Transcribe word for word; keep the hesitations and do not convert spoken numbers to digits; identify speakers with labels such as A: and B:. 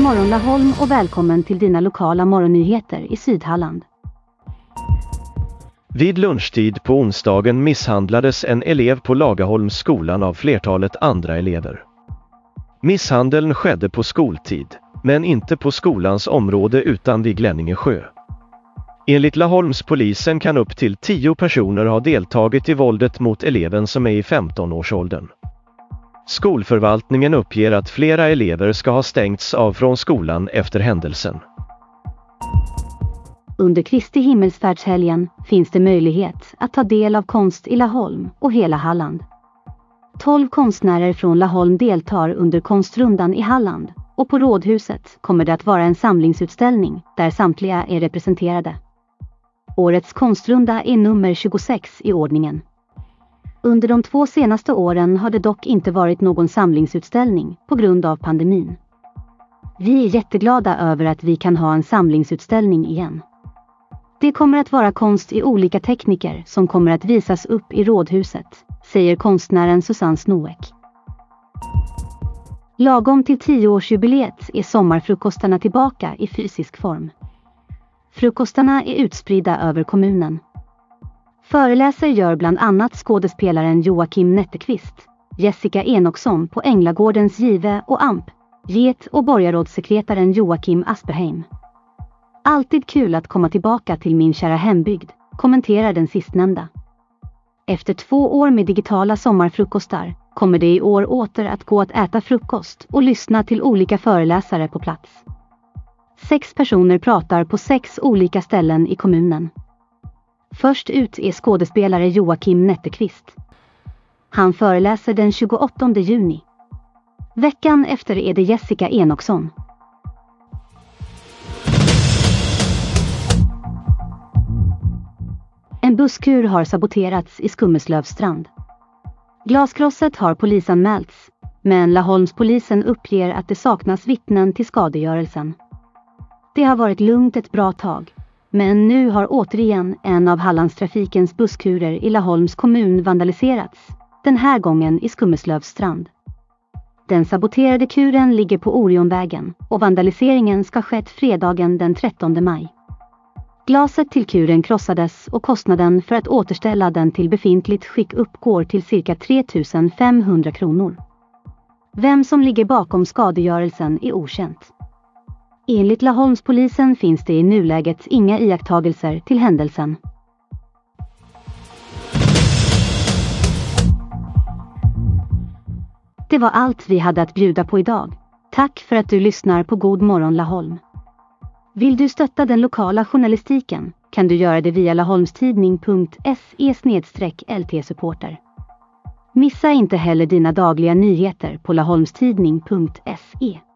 A: morgon Laholm och välkommen till dina lokala morgonnyheter i Sydhalland.
B: Vid lunchtid på onsdagen misshandlades en elev på Lagaholmsskolan av flertalet andra elever. Misshandeln skedde på skoltid, men inte på skolans område utan vid Glänninge sjö. Enligt Laholmspolisen kan upp till tio personer ha deltagit i våldet mot eleven som är i femton-årsåldern. Skolförvaltningen uppger att flera elever ska ha stängts av från skolan efter händelsen.
A: Under Kristi himmelsfärdshelgen finns det möjlighet att ta del av konst i Laholm och hela Halland. Tolv konstnärer från Laholm deltar under konstrundan i Halland, och på Rådhuset kommer det att vara en samlingsutställning där samtliga är representerade. Årets konstrunda är nummer tjugosex i ordningen. Under de två senaste åren har det dock inte varit någon samlingsutställning på grund av pandemin. Vi är jätteglada över att vi kan ha en samlingsutställning igen. Det kommer att vara konst i olika tekniker som kommer att visas upp i Rådhuset, säger konstnären Susanne Snoek. Lagom till tioårsjubileet är sommarfrukostarna tillbaka i fysisk form. Frukostarna är utspridda över kommunen. Föreläser gör bland annat skådespelaren Joakim Netterqvist, Jessica Enoksson på Änglagårdens Give och Amp, Get och borgarrådssekretaren Joakim Asperheim. Alltid kul att komma tillbaka till min kära hembygd, kommenterar den sistnämnda. Efter två år med digitala sommarfrukostar kommer det i år åter att gå att äta frukost och lyssna till olika föreläsare på plats. Sex personer pratar på sex olika ställen i kommunen. Först ut är skådespelare Joakim Netterqvist. Han föreläser den tjugoåttonde juni. Veckan efter är det Jessica Enoksson. En busskur har saboterats i Skummeslövstrand. Glaskrosset har polisanmälts, men Laholmspolisen uppger att det saknas vittnen till skadegörelsen. Det har varit lugnt ett bra tag, men nu har återigen en av Hallandstrafikens busskurer i Laholms kommun vandaliserats, den här gången i Skummeslövstrand. Den saboterade kuren ligger på Orionvägen och vandaliseringen ska skett fredagen den trettonde maj. Glaset till kuren krossades och kostnaden för att återställa den till befintligt skick uppgår till cirka tre tusen femhundra kronor. Vem som ligger bakom skadegörelsen är okänt. Enligt Laholmspolisen finns det i nuläget inga iakttagelser till händelsen. Det var allt vi hade att bjuda på idag. Tack för att du lyssnar på God morgon Laholm. Vill du stötta den lokala journalistiken kan du göra det via laholmstidning punkt se snedstreck L T-supporter. Missa inte heller dina dagliga nyheter på laholmstidning punkt se.